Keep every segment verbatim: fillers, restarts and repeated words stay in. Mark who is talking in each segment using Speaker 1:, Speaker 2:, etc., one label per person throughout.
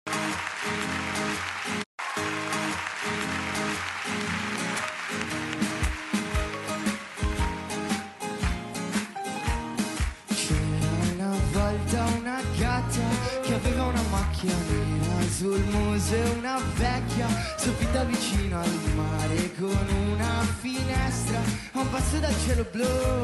Speaker 1: Una gatta che aveva una macchia nera sul muso e una vecchia soffitta vicino al mare con una finestra a un passo dal cielo blu.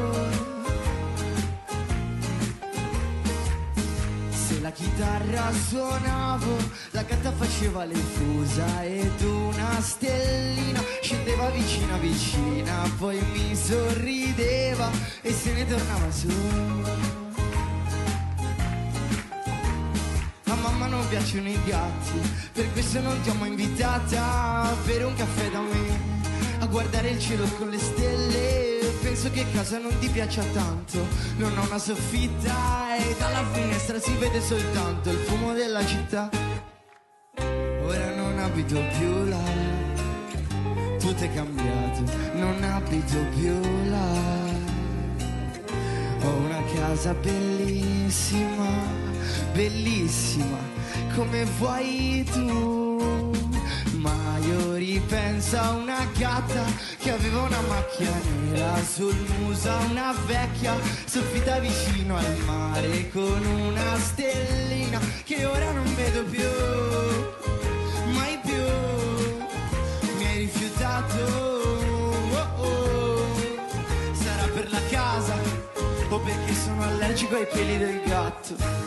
Speaker 1: Se la chitarra suonavo, la gatta faceva l'infusa ed una stellina scendeva vicina vicina, poi mi sorrideva e se ne tornava su. Mamma non piacciono i gatti, per questo non ti ho mai invitata a bere un caffè da me, a guardare il cielo con le stelle. Penso che casa non ti piaccia tanto, non ho una soffitta e dalla finestra si vede soltanto il fumo della città. Ora non abito più là, tutto è cambiato, non abito più là. Ho una casa bellissima, bellissima, come vuoi tu. Ma io ripenso a una gatta che aveva una macchia nera sul muso, una vecchia soffitta vicino al mare con una stellina che ora non vedo più, mai più. Mi hai rifiutato, oh oh. Sarà per la casa o perché sono allergico ai peli del gatto.